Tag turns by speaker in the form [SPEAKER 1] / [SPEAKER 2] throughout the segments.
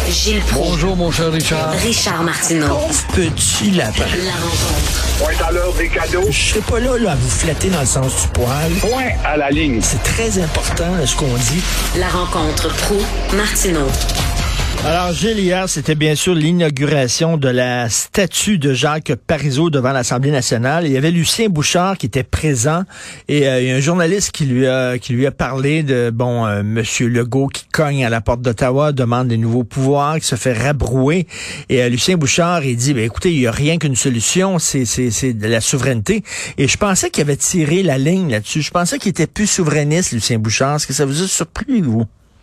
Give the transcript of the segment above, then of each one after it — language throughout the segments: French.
[SPEAKER 1] Gilles Proulx.
[SPEAKER 2] Bonjour, mon cher Richard.
[SPEAKER 1] Richard Martineau.
[SPEAKER 3] Petit lapin.
[SPEAKER 1] La rencontre.
[SPEAKER 4] Point à l'heure des cadeaux.
[SPEAKER 3] Je serai pas là à vous flatter dans le sens du poil.
[SPEAKER 4] Point à la ligne.
[SPEAKER 3] C'est très important ce qu'on dit.
[SPEAKER 1] La rencontre Proulx-Martineau.
[SPEAKER 3] Alors, Gilles, hier, c'était bien sûr l'inauguration de la statue de Jacques Parizeau devant l'Assemblée nationale. Il y avait Lucien Bouchard qui était présent et il y a un journaliste qui lui a parlé de, Monsieur Legault qui cogne à la porte d'Ottawa, demande des nouveaux pouvoirs, qui se fait rabrouer. Et Lucien Bouchard, il dit, écoutez, il n'y a rien qu'une solution, c'est de la souveraineté. Et je pensais qu'il avait tiré la ligne là-dessus. Je pensais qu'il était plus souverainiste, Lucien Bouchard. Est-ce que ça vous a surpris, vous?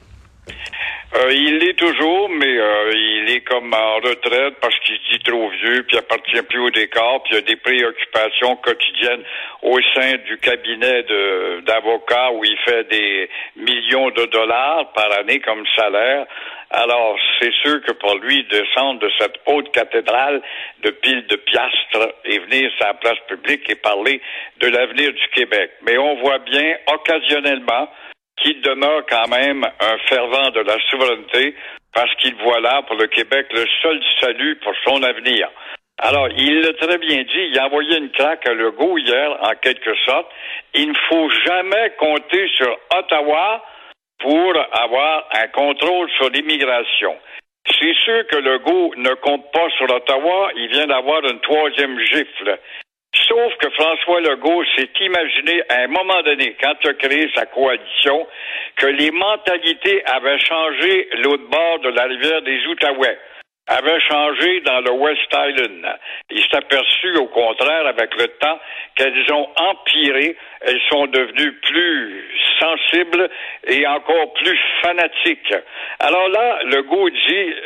[SPEAKER 5] Il l'est toujours, mais il est comme en retraite parce qu'il se dit trop vieux, puis il appartient plus au décor, puis il y a des préoccupations quotidiennes au sein du cabinet d'avocats où il fait des millions de dollars par année comme salaire. Alors, c'est sûr que pour lui, descendre de cette haute cathédrale de piles de piastres et venir sur la place publique et parler de l'avenir du Québec. Mais on voit bien, occasionnellement, qu'il demeure quand même un fervent de la souveraineté parce qu'il voit là pour le Québec le seul salut pour son avenir. Alors, il l'a très bien dit, il a envoyé une claque à Legault hier, en quelque sorte. Il ne faut jamais compter sur Ottawa pour avoir un contrôle sur l'immigration. C'est sûr que Legault ne compte pas sur Ottawa, il vient d'avoir une troisième gifle. Sauf que François Legault s'est imaginé à un moment donné, quand il a créé sa coalition, que les mentalités avaient changé l'autre bord de la rivière des Outaouais, avaient changé dans le West Island. Il s'est aperçu, au contraire, avec le temps, qu'elles ont empiré, elles sont devenues plus sensibles et encore plus fanatiques. Alors là, Legault dit,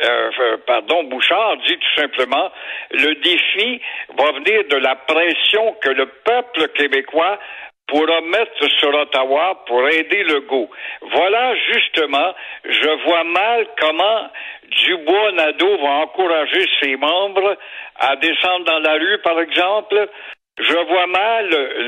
[SPEAKER 5] Bouchard dit tout simplement, le défi va venir de la pression que le peuple québécois pourra mettre sur Ottawa pour aider Legault. Voilà, justement, je vois mal comment Dubois-Nadeau va encourager ses membres à descendre dans la rue, par exemple. Je vois mal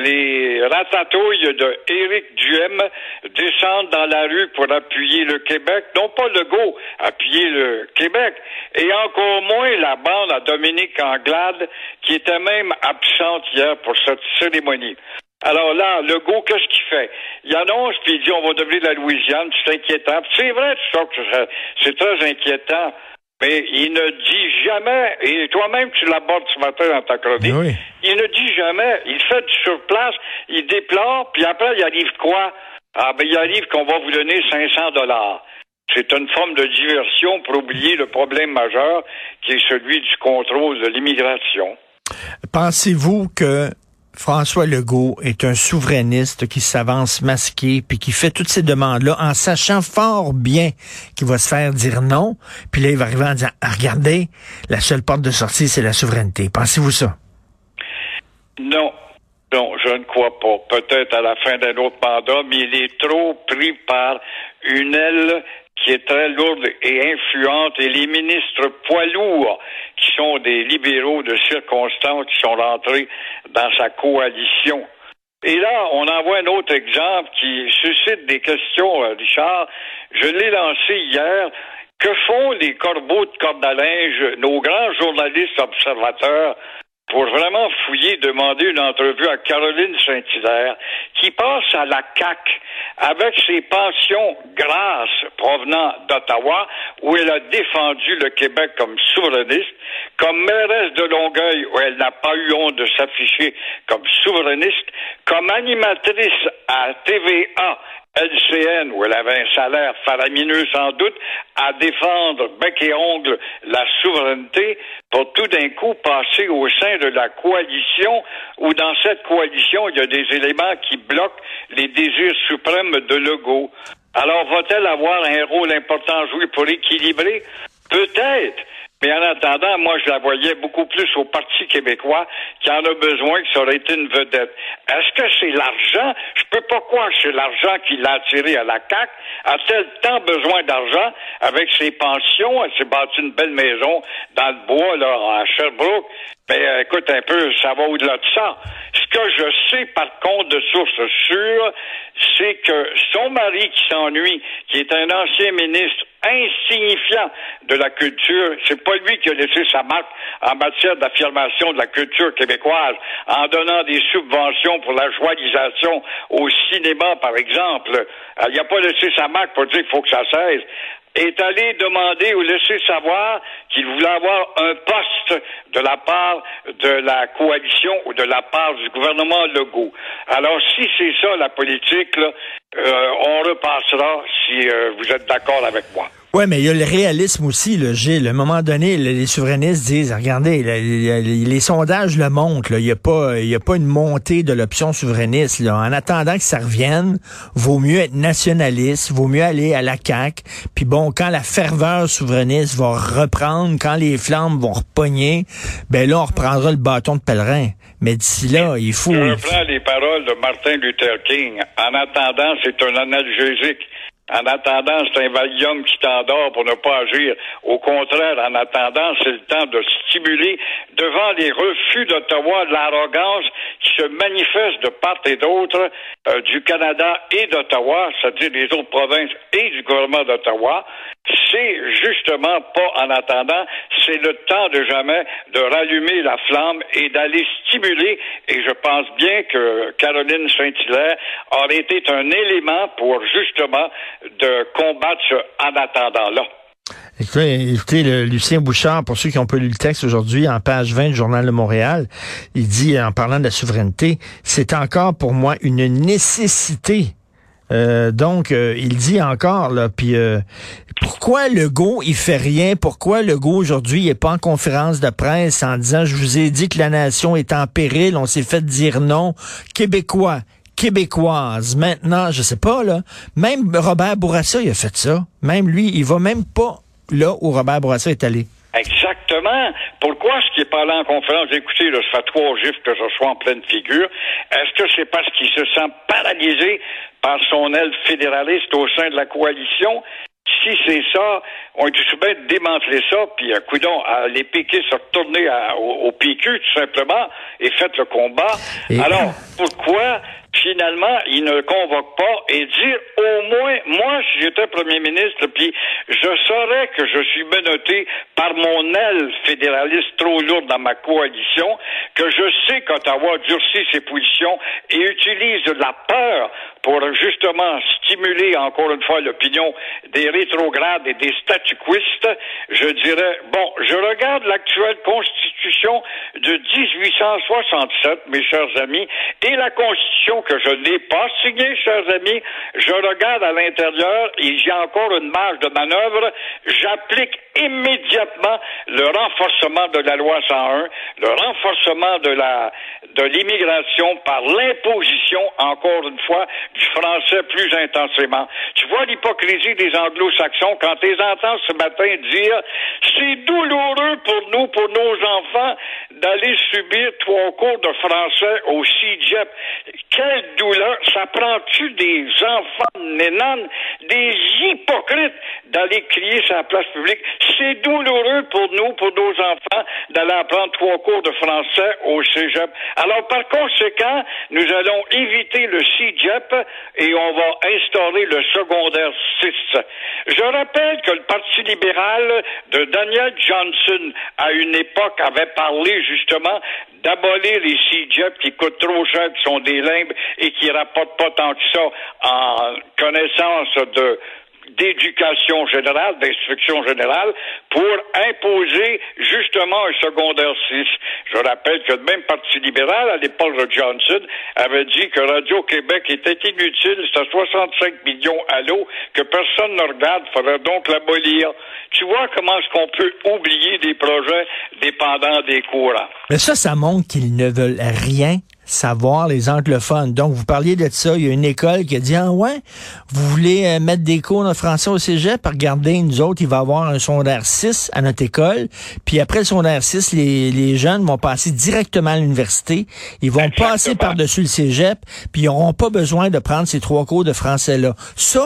[SPEAKER 5] les ratatouilles de Éric Duhem descendre dans la rue pour appuyer le Québec. Non pas Legault, appuyer le Québec. Et encore moins la bande à Dominique Anglade, qui était même absente hier pour cette cérémonie. Alors là, Legault, qu'est-ce qu'il fait? Il annonce, puis il dit, on va devenir la Louisiane, c'est inquiétant. C'est vrai, tu sais que c'est très inquiétant, mais il ne dit jamais, et toi-même tu l'abordes ce matin dans ta chronique, oui. Il ne dit jamais, il fait du surplace, il déplore, puis après, il arrive quoi? Il arrive qu'on va vous donner 500 $. C'est une forme de diversion pour oublier le problème majeur qui est celui du contrôle de l'immigration.
[SPEAKER 3] Pensez-vous que François Legault est un souverainiste qui s'avance masqué puis qui fait toutes ces demandes-là en sachant fort bien qu'il va se faire dire non, puis là, il va arriver en disant « Regardez, la seule porte de sortie, c'est la souveraineté. » Pensez-vous ça?
[SPEAKER 5] Non, je ne crois pas. Peut-être à la fin d'un autre mandat, mais il est trop pris par une aile qui est très lourde et influente, et les ministres poids lourds, qui sont des libéraux de circonstance, qui sont rentrés dans sa coalition. Et là, on en voit un autre exemple qui suscite des questions, Richard. Je l'ai lancé hier. Que font les corbeaux de corde à linge, nos grands journalistes observateurs, pour vraiment fouiller, demander une entrevue à Caroline Saint-Hilaire, qui passe à la CAQ avec ses pensions grasses provenant d'Ottawa, où elle a défendu le Québec comme souverainiste, comme mairesse de Longueuil, où elle n'a pas eu honte de s'afficher comme souverainiste, comme animatrice à TVA, LCN, où elle avait un salaire faramineux sans doute, à défendre bec et ongle la souveraineté, pour tout d'un coup passer au sein de la coalition, où dans cette coalition, il y a des éléments qui bloquent les désirs suprêmes de Legault. Alors, va-t-elle avoir un rôle important à jouer pour équilibrer? Peut-être. Mais en attendant, moi, je la voyais beaucoup plus au Parti québécois qui en a besoin, que ça aurait été une vedette. Est-ce que c'est l'argent? Je peux pas croire que c'est l'argent qui l'a attiré à la CAQ. A-t-elle tant besoin d'argent avec ses pensions? Elle s'est bâtie une belle maison dans le bois, là, à Sherbrooke. Mais écoute un peu, ça va au-delà de ça. Ce que je sais, par contre, de sources sûres, c'est que son mari qui s'ennuie, qui est un ancien ministre insignifiant de la culture. C'est pas lui qui a laissé sa marque en matière d'affirmation de la culture québécoise en donnant des subventions pour la joyelisation au cinéma, par exemple. Il n'a pas laissé sa marque pour dire qu'il faut que ça cesse. Est allé demander ou laisser savoir qu'il voulait avoir un poste de la part de la coalition ou de la part du gouvernement Legault. Alors, si c'est ça la politique, là, on repassera si vous êtes d'accord avec moi.
[SPEAKER 3] Ouais, mais il y a le réalisme aussi, là, Gilles. À un moment donné, les souverainistes disent, regardez, les sondages le montrent, là, il y a pas une montée de l'option souverainiste, là. En attendant que ça revienne, vaut mieux être nationaliste, vaut mieux aller à la CAQ. Puis bon, quand la ferveur souverainiste va reprendre, quand les flammes vont repogner, ben là, on reprendra le bâton de pèlerin. Mais d'ici là, il faut...
[SPEAKER 5] Je reprends les paroles de Martin Luther King. En attendant, c'est un analgésique. En attendant, c'est un Valium qui t'endort pour ne pas agir. Au contraire, en attendant, c'est le temps de stimuler devant les refus d'Ottawa l'arrogance qui se manifeste de part et d'autre du Canada et d'Ottawa, c'est-à-dire des autres provinces et du gouvernement d'Ottawa. C'est justement pas en attendant, c'est le temps de jamais de rallumer la flamme et d'aller stimuler, et je pense bien que Caroline Saint-Hilaire aurait été un élément pour justement de combattre ce en attendant-là.
[SPEAKER 3] Écoutez, Lucien Bouchard, pour ceux qui ont pas lu le texte aujourd'hui, en page 20 du Journal de Montréal, il dit, en parlant de la souveraineté, c'est encore pour moi une nécessité. Donc, il dit encore, là, puis pourquoi Legault, il fait rien? Pourquoi Legault, aujourd'hui, il est pas en conférence de presse en disant, je vous ai dit que la nation est en péril, on s'est fait dire non, Québécois, Québécoise. Maintenant, je sais pas, là, même Robert Bourassa, il a fait ça. Même lui, il va même pas là où Robert Bourassa est allé.
[SPEAKER 5] Exactement. Pourquoi est-ce qu'il est pas allé en conférence? Écoutez, là, ça fait 3 gifles que je sois en pleine figure. Est-ce que c'est parce qu'il se sent paralysé par son aile fédéraliste au sein de la coalition? Si c'est ça, on est tout bien de démanteler ça, puis coudonc, les péquistes se retourner au PQ, tout simplement, et faites le combat. Alors, pourquoi finalement, il ne convoque pas et dire au moins, moi, si j'étais premier ministre, puis je saurais que je suis menotté par mon aile fédéraliste trop lourde dans ma coalition, que je sais qu'Ottawa durcit ses positions et utilise de la peur pour justement stimuler encore une fois l'opinion des rétrogrades et des statu-quistes, je dirais, bon, je regarde l'actuelle constitution de 1867, mes chers amis, et la constitution que je n'ai pas signée, chers amis, je regarde à l'intérieur, il y a encore une marge de manœuvre, j'applique immédiatement le renforcement de la loi 101, le renforcement de l'immigration par l'imposition, encore une fois, du français plus intensément. Tu vois l'hypocrisie des anglo-saxons quand ils entendent ce matin dire « C'est douloureux pour nous, pour nos enfants, d'aller subir 3 cours de français au cégep. » Quelle douleur! Ça prend-tu des enfants nénanes, des hypocrites, d'aller crier sur la place publique? C'est douloureux pour nous, pour nos enfants, d'aller apprendre 3 cours de français au cégep. Alors, par conséquent, nous allons éviter le cégep et on va instaurer le secondaire 6. Je rappelle que le Parti libéral de Daniel Johnson, à une époque, avait parlé justement d'abolir les cégeps qui coûtent trop cher, qui sont des limbes et qui rapportent pas tant que ça en connaissance d'éducation générale, d'instruction générale, pour imposer justement un secondaire 6. Je rappelle que le même Parti libéral, à l'époque de Johnson, avait dit que Radio-Québec était inutile, c'était 65 millions à l'eau, que personne ne regarde, il faudrait donc l'abolir. Tu vois comment est-ce qu'on peut oublier des projets dépendant des courants?
[SPEAKER 3] Mais ça montre qu'ils ne veulent rien savoir, les anglophones. Donc, vous parliez de ça, il y a une école qui a dit, ah ouais, vous voulez mettre des cours de français au cégep? Regardez, nous autres, il va y avoir un secondaire 6 à notre école, puis après le secondaire 6, les jeunes vont passer directement à l'université, ils vont passer par-dessus le cégep, puis ils n'auront pas besoin de prendre ces 3 cours de français-là. Ça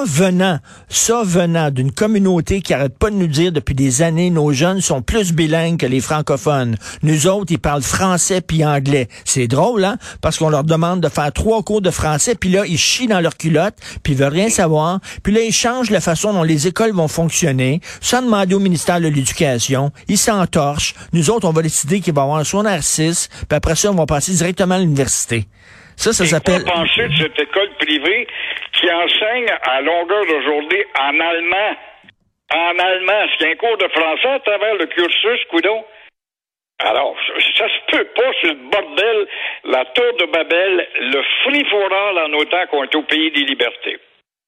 [SPEAKER 3] venant d'une communauté qui arrête pas de nous dire depuis des années, nos jeunes sont plus bilingues que les francophones. Nous autres, ils parlent français puis anglais. C'est drôle, hein? Parce qu'on leur demande de faire 3 cours de français, puis là, ils chient dans leur culotte, puis ils veulent rien savoir. Puis là, ils changent la façon dont les écoles vont fonctionner, sans demander au ministère de l'Éducation. Ils s'entorchent. Nous autres, on va décider qu'il va y avoir un secondaire 6, puis après ça, on va passer directement à l'université. Ça s'appelle...
[SPEAKER 5] Quoi penser de cette école privée qui enseigne à longueur de journée en allemand? En allemand. Est-ce qu'il y a un cours de français à travers le cursus, coudon? Alors, ça se peut pas, c'est le bordel, la tour de Babel, le free-for-all en autant qu'on est au pays des libertés.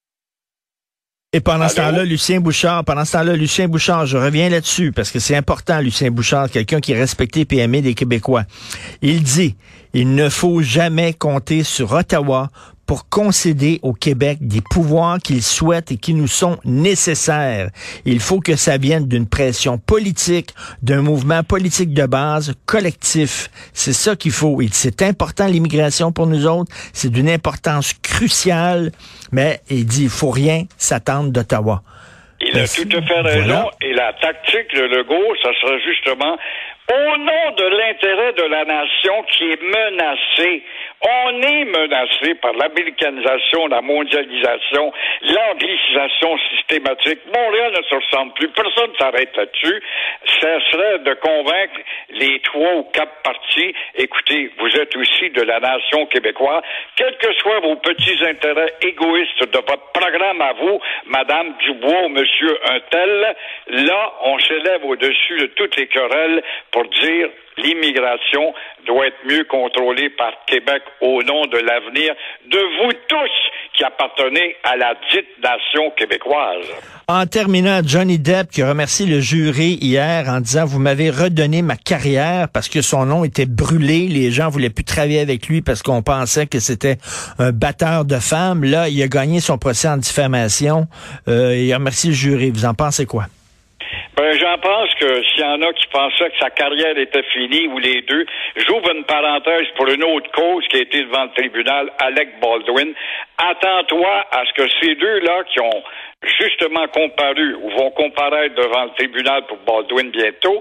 [SPEAKER 3] Et pendant ce temps-là, Lucien Bouchard, je reviens là-dessus, parce que c'est important, Lucien Bouchard, quelqu'un qui est respecté et aimé des Québécois. Il dit, il ne faut jamais compter sur Ottawa pour concéder au Québec des pouvoirs qu'il souhaite et qui nous sont nécessaires. Il faut que ça vienne d'une pression politique, d'un mouvement politique de base collectif. C'est ça qu'il faut. Et c'est important, l'immigration pour nous autres. C'est d'une importance cruciale. Mais il dit, il faut rien s'attendre d'Ottawa.
[SPEAKER 5] Il a tout à fait raison. Voilà. Et la tactique de Legault, ça sera justement au nom de l'intérêt de la nation qui est menacée. On est menacé par l'américanisation, la mondialisation, l'anglicisation systématique. Montréal ne se ressemble plus. Personne ne s'arrête là-dessus. Ça serait de convaincre les 3 ou 4 partis, écoutez, vous êtes aussi de la nation québécoise, quels que soient vos petits intérêts égoïstes de votre programme à vous, Madame Dubois ou Monsieur Untel, là, on s'élève au-dessus de toutes les querelles pour dire l'immigration doit être mieux contrôlée par Québec au nom de l'avenir de vous tous qui appartenez à la dite nation québécoise.
[SPEAKER 3] En terminant, Johnny Depp qui remercie le jury hier en disant « Vous m'avez redonné ma carrière » parce que son nom était brûlé. Les gens voulaient plus travailler avec lui parce qu'on pensait que c'était un batteur de femmes. Là, il a gagné son procès en diffamation. Il a remercié le jury. Vous en pensez quoi?
[SPEAKER 5] J'en pense que s'il y en a qui pensaient que sa carrière était finie, ou les deux, j'ouvre une parenthèse pour une autre cause qui a été devant le tribunal, Alec Baldwin. Attends-toi à ce que ces deux-là qui ont justement comparu, ou vont comparaître devant le tribunal pour Baldwin bientôt,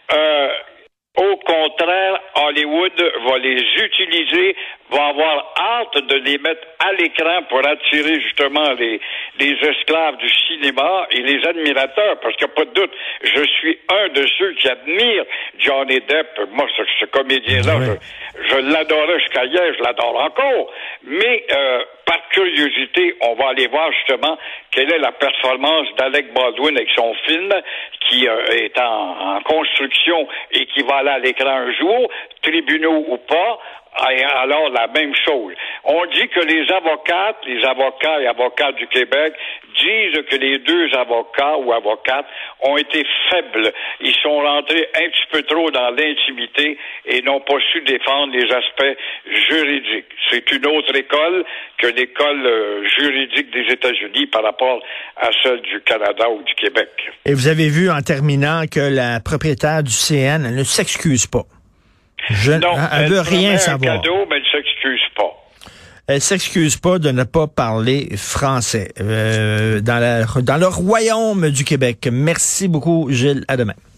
[SPEAKER 5] au contraire, Hollywood va les utiliser, va avoir hâte de les mettre à l'écran pour attirer justement les esclaves du cinéma et les admirateurs, parce qu'il n'y a pas de doute, je suis un de ceux qui admirent Johnny Depp. Moi, ce comédien-là, oui. je l'adorais jusqu'à hier, je l'adore encore, mais par curiosité, on va aller voir justement quelle est la performance d'Alec Baldwin avec son film qui est en construction et qui va aller à l'écran un jour, tribunaux ou pas. Alors, la même chose. On dit que les avocats et avocats du Québec disent que les deux avocats ou avocates ont été faibles. Ils sont rentrés un petit peu trop dans l'intimité et n'ont pas su défendre les aspects juridiques. C'est une autre école que l'école juridique des États-Unis par rapport à celle du Canada ou du Québec.
[SPEAKER 3] Et vous avez vu en terminant que la propriétaire du CN elle ne s'excuse pas.
[SPEAKER 5] Non,
[SPEAKER 3] elle veut rien savoir.
[SPEAKER 5] Un cadeau, mais elle ne s'excuse pas.
[SPEAKER 3] Elle s'excuse pas de ne pas parler français dans le royaume du Québec. Merci beaucoup, Gilles. À demain.